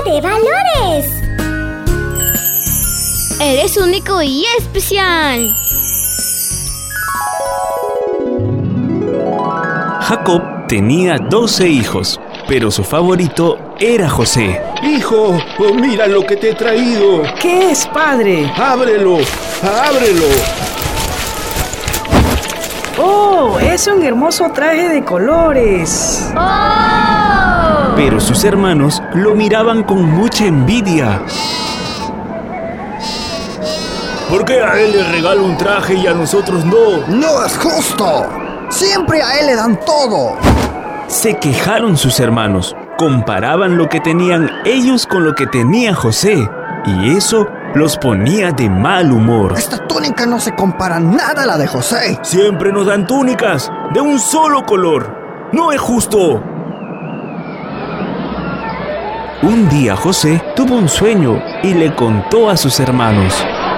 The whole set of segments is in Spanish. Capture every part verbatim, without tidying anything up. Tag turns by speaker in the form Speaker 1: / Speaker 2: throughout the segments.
Speaker 1: de valores.
Speaker 2: Eres único y especial.
Speaker 3: Jacob tenía doce hijos, pero su favorito era José.
Speaker 4: Hijo, oh, mira lo que te he traído.
Speaker 5: ¿Qué es, padre?
Speaker 4: ¡Ábrelo! ¡Ábrelo!
Speaker 5: ¡Oh! Es un hermoso traje de colores.
Speaker 2: ¡Oh!
Speaker 3: Pero sus hermanos lo miraban con mucha envidia.
Speaker 6: ¿Por qué a él le regala un traje y a nosotros no?
Speaker 7: ¡No es justo! ¡Siempre a él le dan todo!
Speaker 3: Se quejaron sus hermanos, comparaban lo que tenían ellos con lo que tenía José, y eso los ponía de mal humor.
Speaker 7: Esta túnica no se compara nada a la de José.
Speaker 6: Siempre nos dan túnicas de un solo color. ¡No es justo!
Speaker 3: Un día José tuvo un sueño y le contó a sus hermanos.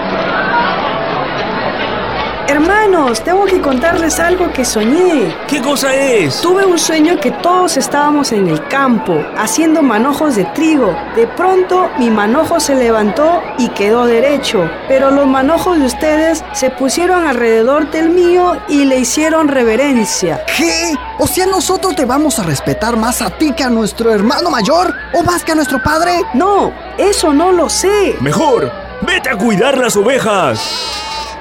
Speaker 5: Hermanos, tengo que contarles algo que soñé.
Speaker 6: ¿Qué cosa es?
Speaker 5: Tuve un sueño que todos estábamos en el campo, haciendo manojos de trigo. De pronto, mi manojo se levantó y quedó derecho, pero los manojos de ustedes se pusieron alrededor del mío y le hicieron reverencia.
Speaker 7: ¿Qué? O sea, ¿nosotros te vamos a respetar más a ti que a nuestro hermano mayor? ¿O más que a nuestro padre?
Speaker 5: No, eso no lo sé.
Speaker 6: Mejor, vete a cuidar las ovejas.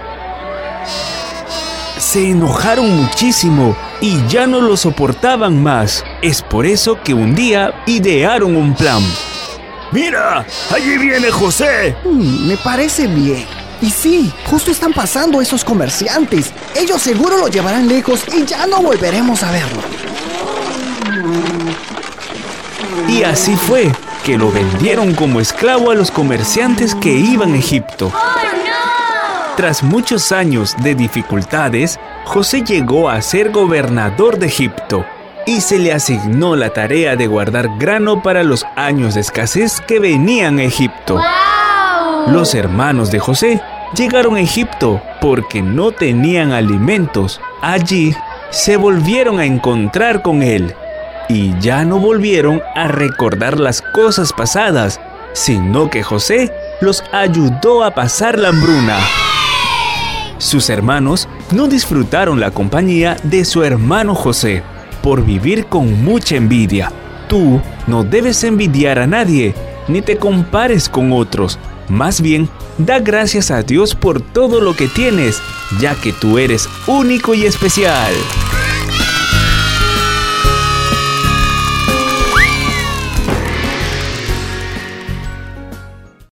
Speaker 3: Se enojaron muchísimo y ya no lo soportaban más. Es por eso que un día idearon un plan.
Speaker 6: ¡Mira! ¡Allí viene José!
Speaker 7: Hmm, me parece bien. Y sí, justo están pasando esos comerciantes. Ellos seguro lo llevarán lejos y ya no volveremos a verlo.
Speaker 3: Y así fue, que lo vendieron como esclavo a los comerciantes que iban a Egipto. Tras muchos años de dificultades, José llegó a ser gobernador de Egipto y se le asignó la tarea de guardar grano para los años de escasez que venían a Egipto.
Speaker 2: ¡Wow!
Speaker 3: Los hermanos de José llegaron a Egipto porque no tenían alimentos. Allí se volvieron a encontrar con él y ya no volvieron a recordar las cosas pasadas, sino que José los ayudó a pasar la hambruna. Sus hermanos no disfrutaron la compañía de su hermano José por vivir con mucha envidia. Tú no debes envidiar a nadie, ni te compares con otros. Más bien, da gracias a Dios por todo lo que tienes, ya que tú eres único y especial.